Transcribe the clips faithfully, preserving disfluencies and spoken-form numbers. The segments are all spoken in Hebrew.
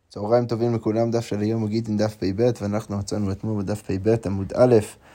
צהריים טובים לכולם, דף של היום מגיד עם דף פ"ב, ואנחנו מצאנו אתמול בדף פ"ב עמוד א',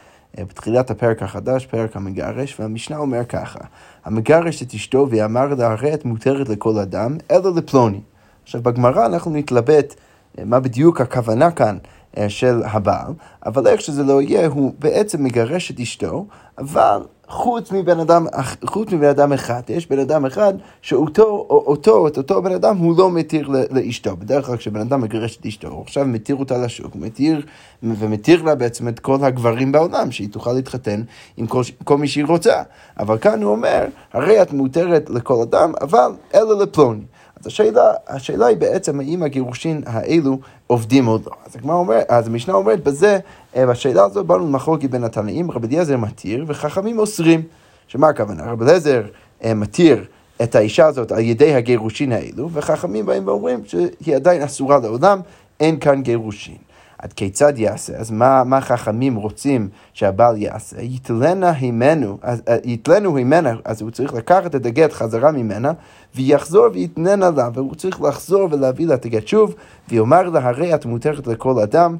בתחילת הפרק החדש, פרק המגרש, והמשנה אומר ככה: המגרש את אשתו ואמר לה הרי את מותרת לכל אדם, אלא לפלוני. עכשיו בגמרא אנחנו נתלבט מה בדיוק הכוונה כאן של הבעל, אבל איך שזה לא יהיה, הוא בעצם מגרש את אשתו, אבל חוץ מבן אדם, חוץ מבן אדם אחד, יש בן אדם אחד שאותו, אותו, את אותו בן אדם הוא לא מתיר לאשתו. בדרך כלל כשבן אדם מגרש את אשתו, הוא עכשיו מתיר אותה לשוק, הוא מתיר, ומתיר לה בעצם את כל הגברים בעולם, שהיא תוכל להתחתן עם כל, כל מי שהיא רוצה. אבל כאן הוא אומר, הרי את מותרת לכל אדם, אבל אלא לפלוני. אז השאלה, השאלה היא בעצם האם הגירושין האלו עובדים או לא. אז כמו אומר, אז המשנה אומרת בזה, בשאלה הזו באנו למחלוקת בין התנאים, רבי אליעזר מתיר וחכמים אוסרים. שמה הכוונה? רבי אליעזר מתיר את האישה הזאת על ידי הגירושין האלו, וחכמים באים ואומרים שהיא עדיין אסורה לעולם, אין כאן גירושין. עד כיצד יעשה? אז מה, מה חכמים רוצים שהבעל יעשה? יתלנה הימנו, אז, יתלנו הימנה, אז הוא צריך לקחת את הגט חזרה ממנה, ויחזור ויתננה לה, והוא צריך לחזור ולהביא לה את הגט שוב, ויאמר לה, הרי את מותרת לכל אדם,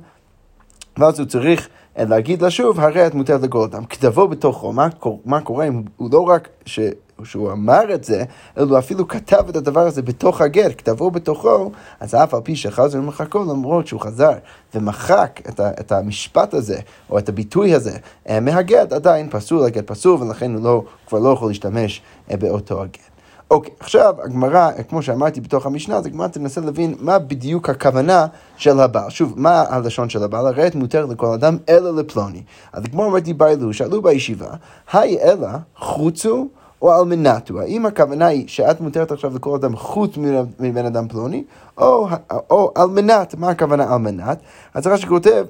ואז הוא צריך להגיד לה שוב, הרי את מותרת לכל אדם. כתבו בתוכו, מה, מה קורה אם הוא לא רק ש... שהוא אמר את זה, אלא הוא אפילו כתב את הדבר הזה בתוך הגט, כתבו בתוכו, אז אף על פי שחזר ומחקו, למרות שהוא חזר ומחק את, ה, את המשפט הזה, או את הביטוי הזה, מהגט, עדיין פסול, הגט פסול, ולכן הוא לא, כבר לא יכול להשתמש באותו הגט. אוקיי, עכשיו הגמרא, כמו שאמרתי בתוך המשנה, אז הגמרא תנסה להבין מה בדיוק הכוונה של הבעל. שוב, מה הלשון של הבעל? הרי את מותר לכל אדם אלא לפלוני. אז כמו אמרתי באלו, שאלו בישיבה, היי אלא חוצו או אלמנתו? האם הכוונה היא שאת מותרת עכשיו לכל אדם חוץ מבן אדם פלוני, או, או אלמנת? מה הכוונה אלמנת? אז רש"י כותב,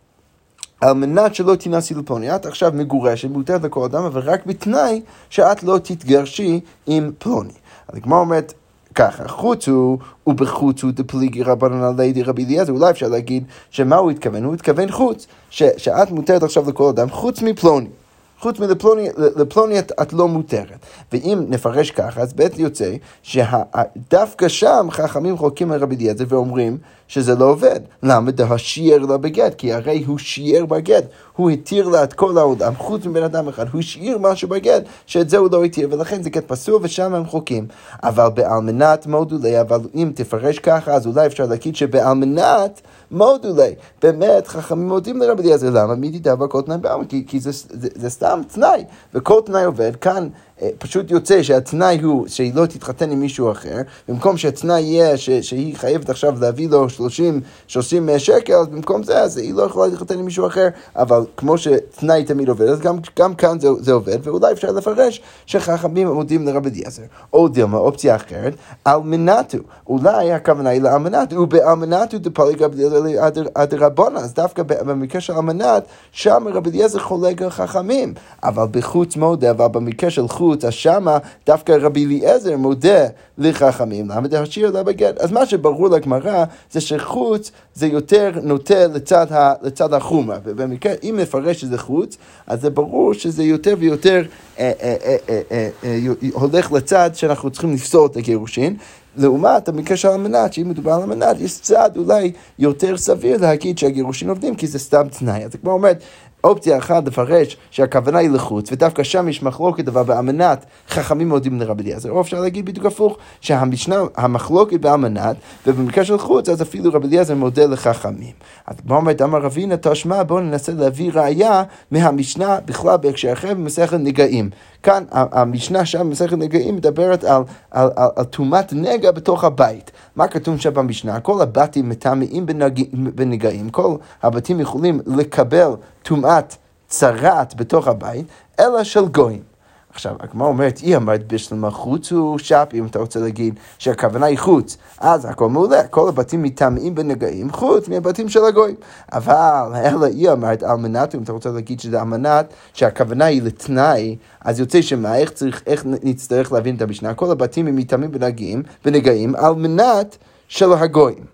על מנת שלא תנסי לפלוני, את עכשיו מגורשת, מותרת לכל אדם, אבל רק בתנאי שאת לא תתגרשי עם פלוני. אז כמו אומרת ככה, חוצו ובחוצו דפליגי רבנן על ידי רבי אליעזר, אולי אפשר להגיד שמה הוא התכוון? הוא התכוון חוץ, ש, שאת מותרת עכשיו לכל אדם, חוץ מפלוני. חוץ מלפלוני, לפלוני את, את לא מותרת. ואם נפרש ככה, אז בעצם יוצא שדווקא שם חכמים חולקים על רבי אליעזר ואומרים שזה לא עובד. למה? דהשיער לה בגט, כי הרי הוא שיער בגט. הוא התיר לה את כל העולם, חוץ מבן אדם אחד. הוא שיער משהו בגט, שאת זה הוא לא התיר, ולכן זה גט פסול, ושם הם חולקים. אבל באלמנת מודולי, אבל אם תפרש ככה, אז אולי אפשר להגיד שבאלמנת מודולי. באמת, חכמים מודים לרבי אליעזר. למה? מי תדע וכל תנאי בעלמא? כי, כי זה, זה, זה סתם תנאי, וכל תנאי עובד. כאן פשוט יוצא שהתנאי הוא שהיא לא תתחתן עם מישהו אחר, במקום שהתנאי יהיה ש, שהיא חייבת עכשיו להביא לו שלושים שקל, אז במקום זה, אז היא לא יכולה להתחתן עם מישהו אחר, אבל כמו שתנאי תמיד עובד, אז גם, גם כאן זה, זה עובד, ואולי אפשר לפרש שחכמים מודים לרבי אליעזר. או דילמה, אופציה אחרת, אלמנתו, אולי הכוונה היא לאלמנת, ובאלמנתו דפליג רבי אליעזר עד רבונה, אז דווקא במקרה של אלמנת, שם רבי אליעזר חולק על חכמים, אבל בחוץ מודה, אבל במקרה של חוץ, אז שמה דווקא רבי אליעזר מודה לחכמים, למה דהשיער לה בגט? אז מה שברור לגמרא זה שחוץ זה יותר נוטה לצד, ה, לצד החומרה, ובמקרה אם נפרש שזה חוץ, אז זה ברור שזה יותר ויותר אה, אה, אה, אה, אה, אה, הולך לצד שאנחנו צריכים לפסול את הגירושין, לעומת המקרה של אלמנת, שאם מדובר על אלמנת, יש צד אולי יותר סביר להגיד שהגירושין עובדים, כי זה סתם תנאי. אז כמו אומרת, אופציה אחת לפרש שהכוונה היא לחוץ, ודווקא שם יש מחלוקת, אבל באמנת חכמים מודים לרבי אליעזר. או אפשר להגיד בדיוק הפוך, שהמשנה, המחלוקת באמנת, ובמקרה של חוץ, אז אפילו רבי אליעזר מודה לחכמים. אז כמו אומרת, אמר רבינה תשמע, בואו ננסה להביא ראיה מהמשנה בכלל בהקשר אחר במסכת נגעים. כאן המשנה שם במסכת נגעים מדברת על, על, על, על תומת נגע בתוך הבית. מה כתוב שם במשנה? כל הבתים מטמאים בנגעים, כל הבתים יכולים לקבל תומעת צרעת בתוך הבית, אלא של גויים. עכשיו, הגמרא אומרת, היא אמרת בשלמה חוץ הוא שפ, אם אתה רוצה להגיד שהכוונה היא חוץ, אז הכל מעולה, כל הבתים מטמאים בנגעים, חוץ מהבתים של הגויים. אבל, אלא היא אמרת אלמנת, אם אתה רוצה להגיד שזה אלמנת, שהכוונה היא לתנאי, אז יוצא שמה, איך צריך, איך נצטרך להבין את המשנה? כל הבתים מטמאים בנגעים, בנגעים, אלמנת של הגויים.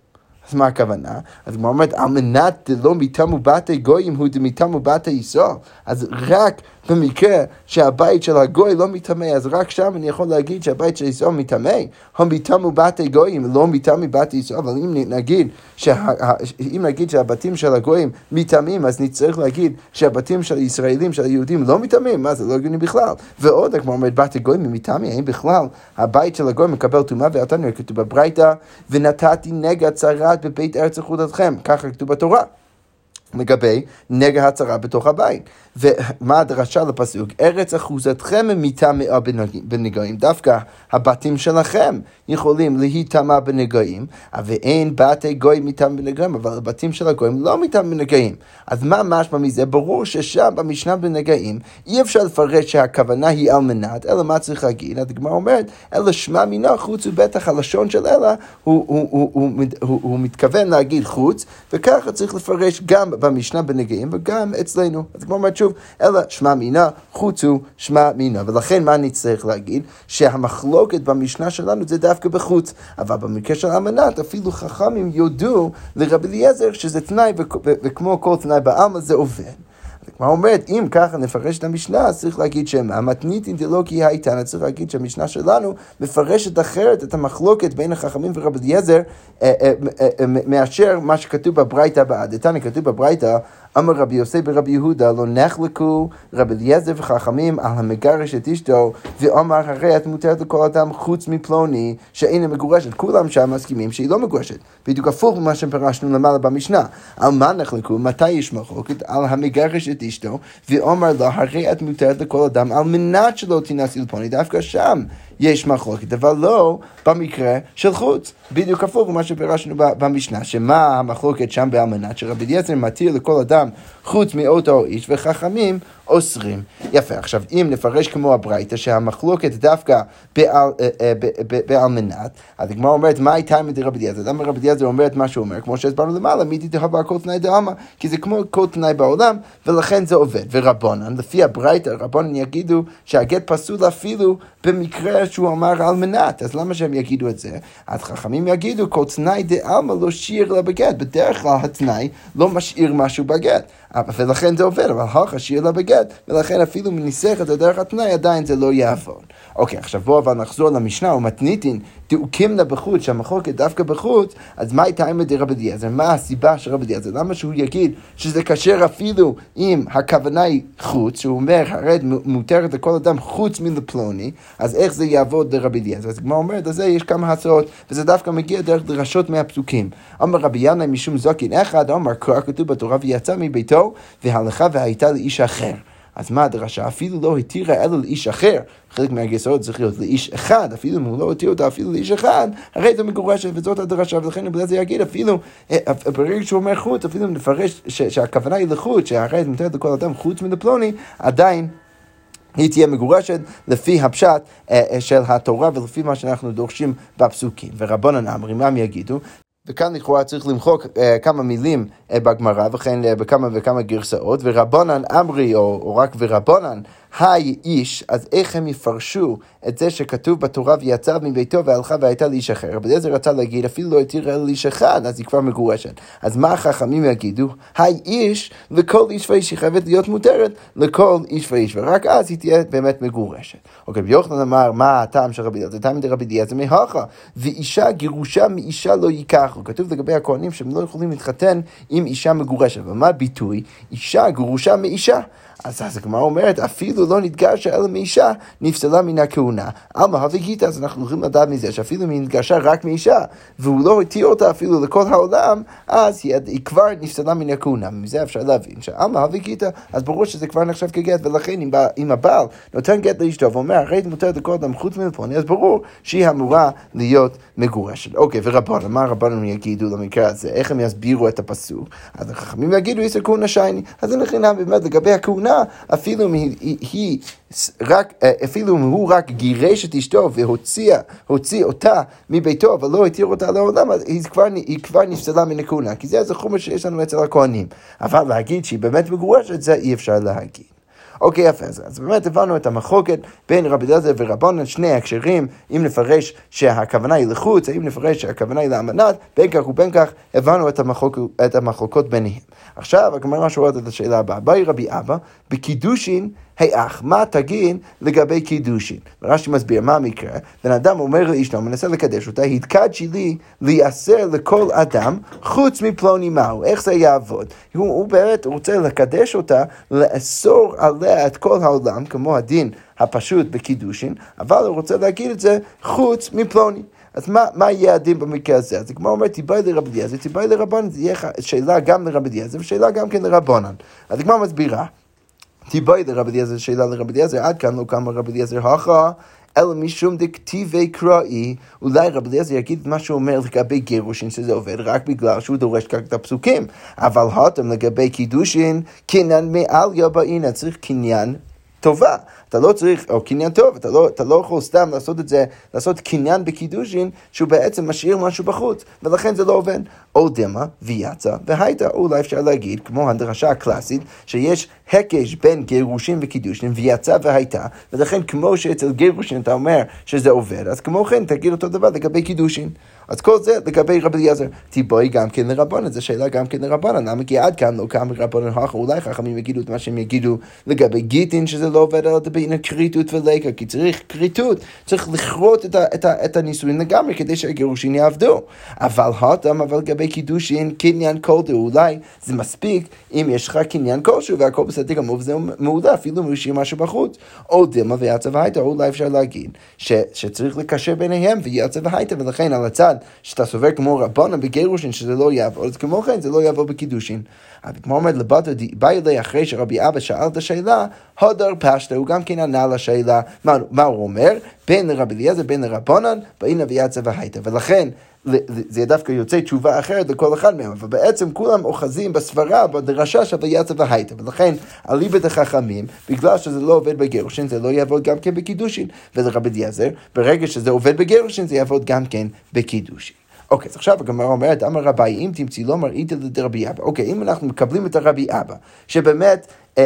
אז מה הכוונה? אז כמו אומרת, על מנת דלא מיתמו בתי גויים הוא דמיתמו בתי ישראל. אז רק במקרה שהבית של הגוי לא מתאמה, אז רק שם אני יכול להגיד שהבית של ישראל מתאמה. הם מיתמו בתי גויים, לא מיתמו בתי ישראל. אבל אם נגיד, שה, אם נגיד שהבתים של הגויים מתאמים, אז נצטרך להגיד שהבתים של הישראלים, של היהודים לא מתאמים. מה זה? לא הגיוני בכלל. ועוד, כמו אומרת, בתי גויים מתאמים, האם בכלל הבית של הגוי מקבל טומאה ואתנו, כתוב בברייתא, ונתתי נגע צרת בבית ארץ אחודתכם, ככה כתוב בתורה. לגבי נגע הצרה בתוך הבית. ומה הדרשה לפסוק? ארץ אחוזתכם מתאמה בנגעים. דווקא הבתים שלכם יכולים להיטמא בנגעים, ואין בתי גוי מתאמה בנגעים, אבל הבתים של הגויים לא מתאמה בנגעים. אז מה משמע מזה? ברור ששם במשנה בנגעים אי אפשר לפרש שהכוונה היא על מנת, אלא מה צריך להגיד? הדגמרא אומרת, אלא שמע מינה חוץ, ובטח הלשון של אלא הוא, הוא, הוא, הוא, הוא, הוא מתכוון להגיד חוץ, וככה צריך לפרש גם במשנה בנגעים וגם אצלנו. אז כמו אומרת שוב, אלא שמע מינה, חוץ הוא שמע מינה. ולכן מה נצטרך להגיד? שהמחלוקת במשנה שלנו זה דווקא בחוץ. אבל במקרה של אמנת, אפילו חכמים יודו לרבי אליעזר שזה תנאי, וכמו כל תנאי בעלמא זה עובד. מה אומרת, אם ככה נפרש את המשנה, אז צריך להגיד שהמתניתין דלא כי הייתנא, צריך להגיד שהמשנה שלנו מפרשת אחרת את המחלוקת בין החכמים ורבי אליעזר, מאשר מה שכתוב בברייתא הבאה. דתניא כתוב בברייתא, אמר רבי יוסי ברבי יהודה, לא נחלקו רבי אליעזר וחכמים על המגרש את אשתו, ואמר הרי את מותרת לכל אדם חוץ מפלוני שאינה מגורשת. כולם שם מסכימים שהיא לא מגורשת. בדיוק הפוך ממה שפרשנו למעלה במשנה. על מה נחלקו? מתי יש מחלוקת? על המגרש את אשתו, ואמר לה הרי את מותרת לכל אדם על מנת שלא תינשאי לפלוני. דווקא שם יש מחלוקת, אבל לא במקרה של חוץ. בדיוק הפוך ממה שפרשנו במשנה, שמה המחלוקת שם באמנת, שרבי אליעזר מתיר לכל אדם חוץ מאותו איש, וחכמים אוסרים. יפה, עכשיו אם נפרש כמו הברייתא, שהמחלוקת דווקא באמנת, אז הגמרא אומרת, מה הייתה מדי רבי אליעזר? למה רבי אליעזר אומרת מה שהוא אומר? כמו שהסברנו למעלה, מי תתהווה כל תנאי דאמא, כי זה כמו כל תנאי בעולם, ולכן זה עובד. ורבונן, לפי הברייתא, רבונן יגידו שהגט פסול אפילו במקרה שהוא אמר על מנת. אז למה שהם יגידו את זה? אז חכמים יגידו, כל תנאי דאמא לא שיר לה בגט. בדרך כלל התנאי לא משאיר משהו בגט. ולכן זה עובד, אבל הלכה שיר לה בגט, ולכן אפילו מניסח את דרך התנאי עדיין זה לא יעבוד. אוקיי, עכשיו בואו אבל נחזור למשנה, ומתניתין תאוקימנה בחוץ, שהמחלוקת דווקא בחוץ, אז מה הייתה עם רבי אליעזר? מה הסיבה של רבי אליעזר? למה שהוא יגיד שזה קשר אפילו אם הכוונה היא חוץ, שהוא אומר, הרד מותרת לכל אדם חוץ מלפלוני, אז איך זה יעבוד לרבי אליעזר? אז כמו אומרת, אז יש כמה הצעות, וזה דווקא מגיע דרך דרשות מהפסוקים. אמר רבי ינאי משום זקין אחד, אמר קרא כתוב בתורה ויצא מביתו, והלכה והייתה לאיש אחר. אז מה הדרשה? אפילו לא התירה אלא לאיש אחר. חלק מהגרסאות צריך להיות לאיש אחד, אפילו אם הוא לא התיר אותה אפילו לאיש אחד, הרי זה מגורשת, וזאת הדרשה, ולכן רבי אליעזר יגיד, אפילו, ברגע שהוא אומר חוץ, אפילו אם נפרש שהכוונה היא לחוץ, שהרי זה מותרת לכל אדם חוץ מלפלוני, עדיין היא תהיה מגורשת לפי הפשט של התורה, ולפי מה שאנחנו דורשים בפסוקים. ורבונן אמרים, מה הם יגידו? וכאן לכאורה צריך למחוק אה, כמה מילים אה, בגמרא, וכן אה, בכמה וכמה גרסאות, ורבונן אמרי, או, או רק ורבונן, היי איש, אז איך הם יפרשו את זה שכתוב בתורה ויצא מביתו והלכה והייתה לאיש אחר? רבי אליעזר רצה להגיד, אפילו לא התיר אלא לאיש אחד, אז היא כבר מגורשת. אז מה החכמים יגידו? היי איש, לכל איש ואיש היא חייבת להיות מותרת לכל איש ואיש, ורק אז היא תהיה באמת מגורשת. אוקיי, ביוחנן אמר, מה הטעם של רבי אליעזר? הטעם של רבי אליעזר מהכה, ואישה גירושה מאישה לא ייקחו. כתוב לגבי הכהנים שהם לא יכולים להתחתן עם אישה מגורשת. ומה הביטוי? אישה גירושה מאישה. אז אז הגמרא אומרת, אפילו לא נתגרשה אלא מאישה, נפסלה מן הכהונה. על מה הוויגית, אז אנחנו יכולים לדעת מזה, שאפילו אם היא נתגרשה רק מאישה, והוא לא התיר אותה אפילו לכל העולם, אז היא, היא כבר נפסלה מן הכהונה. מזה אפשר להבין, שעל מה הוויגית, אז ברור שזה כבר נחשב כגט, ולכן אם, אם הבעל נותן גט לאשתו, ואומר, הרי מותרת לכל אדם חוץ מלפלוני, אז ברור שהיא אמורה להיות מגורשת. אוקיי, ורבון, מה רבון יגידו למקרה הזה? איך הם יסבירו את הפסוק? אז החכמים יגידו, איסר כהונה שייני. אז אין לכם באמת לגבי הכהונה, אפילו אם היא, היא רק, אפילו אם הוא רק גירש את אשתו והוציא הוציא אותה מביתו, אבל לא התיר אותה לעולם, אז היא כבר, היא כבר נפסלה מן הכהונה, כי זה החומר שיש לנו אצל הכהנים. אבל להגיד שהיא באמת מגורשת, זה אי אפשר להגיד. אוקיי, יפה, אז באמת הבנו את המחוקת בין רבי אליעזר ורבנן, שני הקשרים, אם נפרש שהכוונה היא לחוץ, אם נפרש שהכוונה היא לאמנת, בין כך ובין כך הבנו את, המחוק, את המחלוקות ביניהם. עכשיו, הגמרא שואלת את השאלה הבאה, באי רבי אבא, בקידושין, היי אח, מה תגיד לגבי קידושין? רש"י מסביר מה המקרה, בן אדם אומר לאשתו, מנסה לקדש אותה, התקדשי לי להיאסר לכל אדם חוץ מפלוני מהו, איך זה יעבוד? הוא, הוא באמת רוצה לקדש אותה, לאסור עליה את כל העולם, כמו הדין הפשוט בקידושין, אבל הוא רוצה להגיד את זה חוץ מפלוני. אז מה, מה יהיה הדין במקרה הזה? אז כמו אומר, תיבאי לרבי אליעזר, תיבאי לרבנן, זה יהיה שאלה גם לרבי אליעזר ושאלה גם כן לרבנן. אז כמו מסבירה, תיבאי לרבי אליעזר, שאלה לרבי אליעזר, עד כאן לא קם רבי אליעזר הכרעה, אלא משום דכתיבי קראי, אולי רבי אליעזר יגיד מה שהוא אומר לגבי גירושין שזה עובד, רק בגלל שהוא דורש כך את הפסוקים, אבל הותם לגבי קידושין, קניין מעליה בעינה, צריך קניין טובה. אתה לא צריך, או קניין טוב, אתה לא, אתה לא יכול סתם לעשות את זה, לעשות קניין בקידושין, שהוא בעצם משאיר משהו בחוץ, ולכן זה לא עובד. או דמה, ויצא, והייתה, אולי אפשר להגיד, כמו הדרשה הקלאסית, שיש הקש בין גירושין וקידושין, ויצא והייתה, ולכן כמו שאצל גירושין אתה אומר שזה עובד, אז כמו כן תגיד אותו דבר לגבי קידושין. אז כל זה לגבי רבי אליעזר, תיבואי גם כן לרבנן, זו שאלה גם כן לרבנן, למה כי עד כאן לא קם רבנן הכרעה, אולי חכמים יגידו את מה שהם יגידו לגבי גיטין, שזה לא עובד על דבין כריתות וליקה, כי צריך כריתות, צריך לכרות את, ה, את, ה, את הנישואין לגמרי, כדי שהגירושין יעבדו. אבל הותם, אבל לגבי קידושין, קניין כלשהו, אולי זה מספיק אם יש לך קניין כלשהו, והכל בסדר גמור, וזה מעולה, אפילו מרשים משהו בחוץ. או דמה ויצא והייתה, אולי אפשר להגיד ש, שצריך לקשר ביניהם ויצא והייתה, ולכן על הצד שאתה סובר כמו רבנן בגירושין שזה לא יעבוד, אז כמו כן זה לא יעבוד בקידושין. אבל כמו אומר לבטו, בא אלי אחרי שרבי אבא שאל את השאלה, הודר פשטה, הוא גם כן ענה לשאלה, מה, מה הוא אומר? בין לרבי אליעזר, בין לרבנן, בעינה ויצא והייתה. ולכן זה דווקא יוצא תשובה אחרת לכל אחד מהם, אבל בעצם כולם אוחזים בסברה, בדרשה של ויצא והייתה, ולכן אליבא דחכמים, בגלל שזה לא עובד בגירושין, זה לא יעבוד גם כן בקידושין, ולרבי אליעזר, ברגע שזה עובד בגירושין, זה יעבוד גם כן בקידושין. אוקיי, אז עכשיו הגמרא אומרת, אמר רבי, אם תמציא לא מראית לדרבי אבא. אוקיי, אם אנחנו מקבלים את הרבי אבא, שבאמת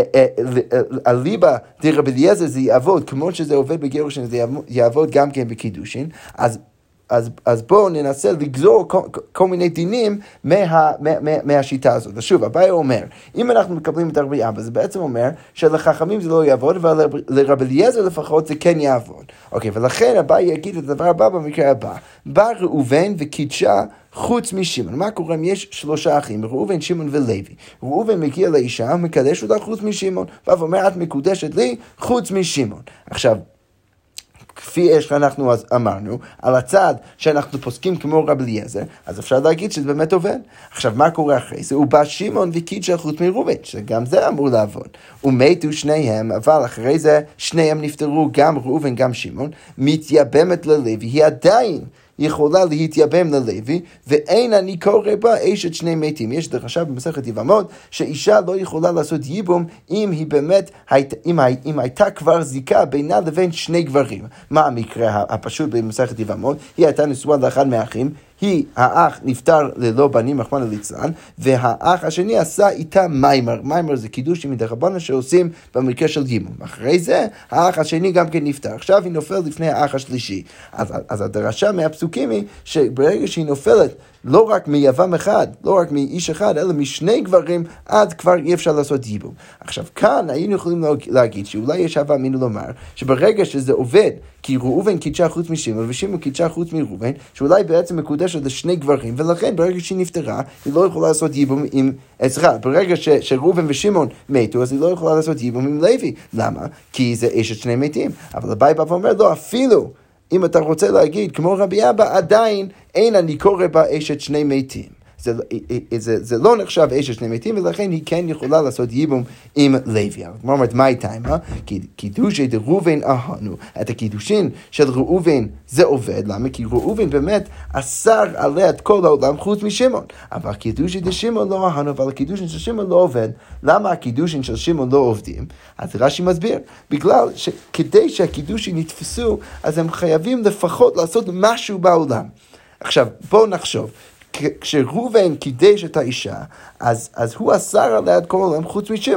אליבא דרבי אליעזר זה יעבוד, כמו שזה עובד בגירושין, זה יעבוד גם כן בקידושין, אז אז, אז בואו ננסה לגזור כל, כל מיני דינים מה, מה, מה, מהשיטה הזאת. ושוב, אביי אומר, אם אנחנו מקבלים את רבי אבא, זה בעצם אומר שלחכמים זה לא יעבוד, אבל לרבי אליעזר לפחות זה כן יעבוד. אוקיי, ולכן אביי יגיד את הדבר הבא במקרה הבא. בא ראובן וקידשה חוץ משמעון. מה קורה אם יש שלושה אחים, ראובן, שמעון ולוי. ראובן מגיע לאישה, מקדש אותה חוץ משמעון. ואומר, את מקודשת לי חוץ משמעון. עכשיו, כפי שאנחנו אמרנו, על הצד שאנחנו פוסקים כמו רבי אליעזר, אז אפשר להגיד שזה באמת עובד. עכשיו, מה קורה אחרי זה? הוא בא שמעון וקידשה חוץ מראובן, שגם זה אמור לעבוד. ומתו שניהם, אבל אחרי זה שניהם נפטרו, גם ראובן, גם שמעון, מתייבמת ללוי, היא עדיין יכולה להתייבם ללוי, ואין אני קורא בה אשת שני מתים. יש דרשה במסכת יבמות, שאישה לא יכולה לעשות ייבום, אם היא באמת, אם, אם הייתה כבר זיקה בינה לבין שני גברים. מה המקרה הפשוט במסכת יבמות? היא הייתה נשואה לאחד מהאחים, היא, האח נפטר ללא בנים, רחמנא ליצלן, והאח השני עשה איתה מיימר. מיימר זה קידוש מדרבנן שעושים במקרה של ייבום. אחרי זה, האח השני גם כן נפטר. עכשיו היא נופלת לפני האח השלישי. אז, אז הדרשה מהפסוקים היא שברגע שהיא נופלת, לא רק מיבם אחד, לא רק מאיש אחד, אלא משני גברים, עד כבר אי אפשר לעשות ייבום. עכשיו, כאן היינו יכולים להגיד שאולי יש הווה אמינא לומר, שברגע שזה עובד, כי ראובן קידשה חוץ משמעון, ושמעון קידשה חוץ מראובן, שאולי בעצם מקודשת לשני גברים, ולכן ברגע שהיא נפטרה, היא לא יכולה לעשות ייבום עם, סליחה, ברגע ש, שראובן ושמעון מתו, אז היא לא יכולה לעשות ייבום עם לוי. למה? כי זה אשת שני מתים. אבל אביי בא ואומר, לא, אפילו אם אתה רוצה להגיד, כמו רבי אבא, עדיין אין אני קורא בה אשת שני מתים. זה, זה, זה לא נחשב אשת שני מתים, ולכן היא כן יכולה לעשות ייבום עם לוי. כמו אומרת, מה הייתה מה? קידושי דראובן אהנו. את הקידושין של ראובן זה עובד. למה? כי ראובן באמת אסר עליה את כל העולם חוץ משמעון. אבל קידושי דשמעון לא אהנו, אבל הקידושין של שמעון לא עובד. למה הקידושין של שמעון לא עובדים? אז רש"י מסביר. בגלל שכדי שהקידושין יתפסו, אז הם חייבים לפחות לעשות משהו בעולם. עכשיו, בואו נחשוב. כשראובן קידש את האישה, אז, אז הוא אסר עליה את כל העולם חוץ משמעון.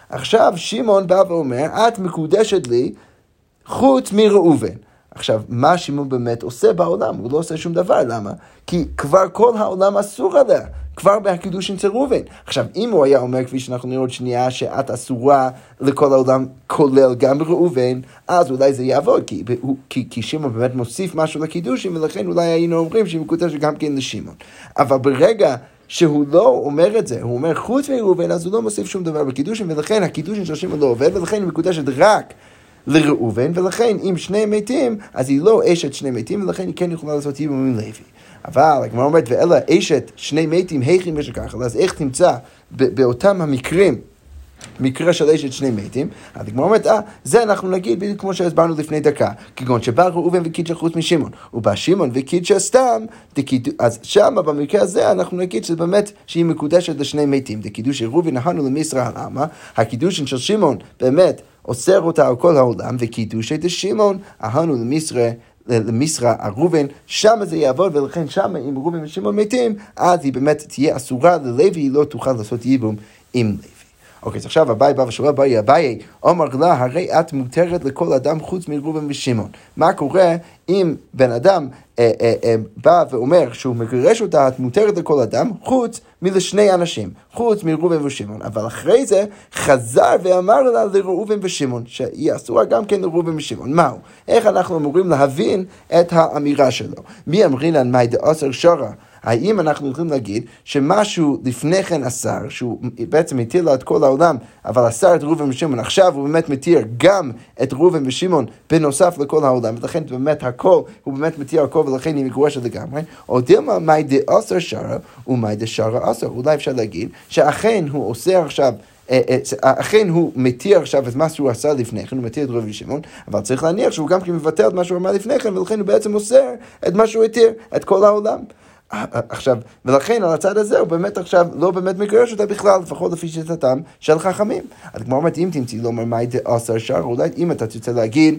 עכשיו שמעון בא ואומר, את מקודשת לי חוץ מראובן. עכשיו, מה שמעון באמת עושה בעולם? הוא לא עושה שום דבר, למה? כי כבר כל העולם אסור עליה, כבר בהקידוש אצל ראובן. עכשיו, אם הוא היה אומר, כפי שאנחנו נראה עוד שנייה, שאת אסורה לכל העולם, כולל גם ראובן, אז אולי זה יעבוד, כי, כי, כי שמעון באמת מוסיף משהו לקידושים, ולכן אולי היינו אומרים שהיא מקודשת גם כן לשמעון. אבל ברגע שהוא לא אומר את זה, הוא אומר חוץ מראובן, אז הוא לא מוסיף שום דבר בקידושים, ולכן הקידושים של שמעון לא עובד, ולכן היא מקודשת רק לראובן, ולכן אם שני מתים, אז היא לא אשת שני מתים, ולכן היא כן יכולה לעשות ייבום עם לוי. אבל הגמרא אומרת, ואלה אשת שני מתים, היכי משך ככה, אז איך תמצא באותם המקרים, מקרה של אשת שני מתים, אז הגמרא אומרת, אה, זה אנחנו נגיד בדיוק כמו שהסברנו לפני דקה, כגון שבא ראובן וקידשה חוץ משמעון, ובא שמעון וקידשה סתם, אז שמה במקרה הזה אנחנו נגיד שבאמת שהיא מקודשת לשני מתים, דקידוש ראובן נהנו למשרה הלמה, הקידוש של שמעון באמת אוסר אותה על כל העולם, וקידושי דשמעון אהנו למשרה למשרה ראובן, שם זה יעבוד, ולכן שם אם ראובן ושמעון מתים, אז היא באמת תהיה אסורה ללוי, היא לא תוכל לעשות ייבום עם לוי. אוקיי, אז עכשיו אביי בא ושואל אביי, אביי אומר לה, הרי את מותרת לכל אדם חוץ מראובן ושמעון. מה קורה אם בן אדם אה, אה, אה, בא ואומר שהוא מגרש אותה, את מותרת לכל אדם חוץ מלשני אנשים, חוץ מראובן ושמעון, אבל אחרי זה חזר ואמר לה לראובן ושמעון, שהיא אסורה גם כן לראובן ושמעון. מהו? איך אנחנו אמורים להבין את האמירה שלו? מי אמרינן מאי דאסר שרה? האם אנחנו יכולים להגיד שמשהו לפני כן אסר, שהוא בעצם מתיר לה את כל העולם, אבל אסר את ראובן ושמעון, עכשיו הוא באמת מתיר גם את ראובן ושמעון בנוסף לכל העולם, ולכן באמת הכל, הוא באמת מתיר הכל, ולכן היא מגורשת לגמרי. או דילמה, מאי דאסר שרה ומאי דשרה אסר. אולי אפשר להגיד שאכן הוא עושה עכשיו, אכן הוא מתיר עכשיו את מה שהוא עשה לפני כן, הוא מתיר את ראובן ושמעון, אבל צריך להניח שהוא גם כי מבטל את מה שהוא אמר לפני כן, ולכן הוא בעצם עושה את מה שהוא התיר, את כל העולם. עכשיו, ולכן על הצד הזה הוא באמת עכשיו לא באמת מגרש אותה בכלל, לפחות לפי שיטתם של חכמים. אז כמו אומרת, אם תמציא לא אומר מאי דאסר שרה, אולי אם אתה תרצה להגיד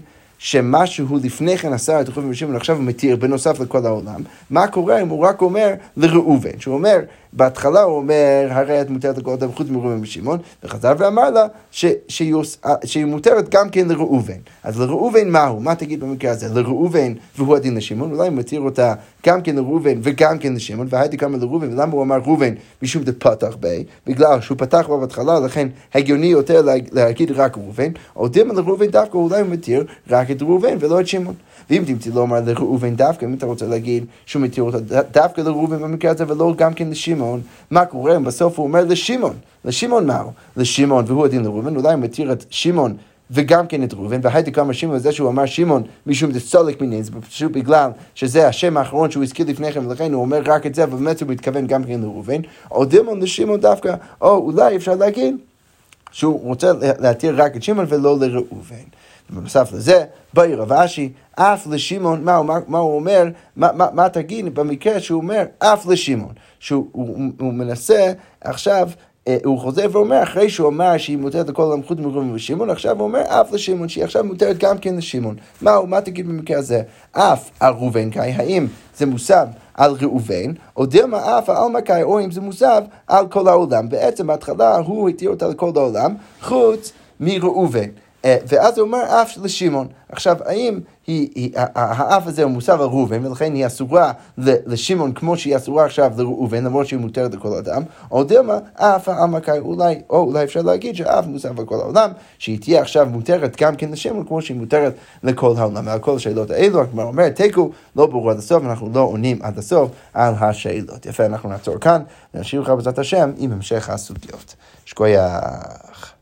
שמשהו לפני כן עשה את ראובן ושמעון, עכשיו הוא מתיר בנוסף לכל העולם, מה קורה אם הוא רק אומר לראובן, שהוא אומר, בהתחלה הוא אומר, הרי את מותרת לכל אדם חוץ מראובן ושמעון, וחזר ואמר לה ש, שהיא, שהיא מותרת גם כן לראובן. אז לראובן מהו? מה תגיד במקרה הזה? לראובן והוא הדין לשמעון, אולי הוא מתיר אותה גם כן לראובן וגם כן לשמעון, והייתי כמה לראובן, ולמה הוא אמר ראובן? משום דפתח בי, בגלל שהוא פתח בה בהתחלה, לכן הגיוני יותר להגיד רק ראובן, או דימה לראובן דווקא, אולי הוא מתיר רק את ראובן ולא את שמעון. ואם תמציא לא אומר לראובן דווקא, אם אתה רוצה להגיד שהוא מתיר אותה דווקא לראובן במקרה הזה ולא גם כן לשמעון, מה קורה? בסוף הוא אומר לשמעון. לשמעון מהו? לשמעון והוא הדין לראובן, אולי הוא מתיר את שמעון וגם כן את ראובן, והייתי כמה שמעון הזה שהוא אמר שמעון משום דסולק מינין, זה פשוט בגלל שזה השם האחרון שהוא הזכיר לפני כן, ולכן הוא אומר רק את זה, ובאמת הוא מתכוון גם כן לראובן, או דילמון לשמעון דווקא, או אולי אפשר להגיד שהוא רוצה להתיר רק את שמעון ולא לראובן. ובנוסף לזה, באי רב אשי, אף לשמעון, מה, מה, מה הוא אומר, מה, מה, מה תגיד במקרה שהוא אומר אף לשמעון, שהוא הוא, הוא מנסה עכשיו, הוא חוזר ואומר, אחרי שהוא אומר שהיא מותרת לכל העולם חוץ מראובן ושמעון, עכשיו הוא אומר אף לשמעון, שהיא עכשיו מותרת גם כן לשמעון. מה, מה תגיד במקרה הזה? אף על ראובן קאי, האם זה מוסב על ראובן, או דילמה אף על מקאי, או אם זה מוסב על כל העולם. בעצם בהתחלה הוא התיר אותה לכל העולם, חוץ מראובן. ואז הוא אומר אף לשמעון. עכשיו, האם היא, היא, האף הזה הוא מוסב על ראובן, ולכן היא אסורה לשמעון כמו שהיא אסורה עכשיו לראובן, למרות שהיא מותרת לכל אדם, או דילמה, אף העמקאי, אולי, או אולי אפשר להגיד שאף מוסב על כל העולם, שהיא תהיה עכשיו מותרת גם כן לשמעון, כמו שהיא מותרת לכל העולם. ועל כל השאלות האלו, כמו אומר, תיקו, לא ברור עד הסוף, אנחנו לא עונים עד הסוף על השאלות. יפה, אנחנו נעצור כאן, ונשאיר לך בעזרת השם עם המשך הסוגיות. שכוייח.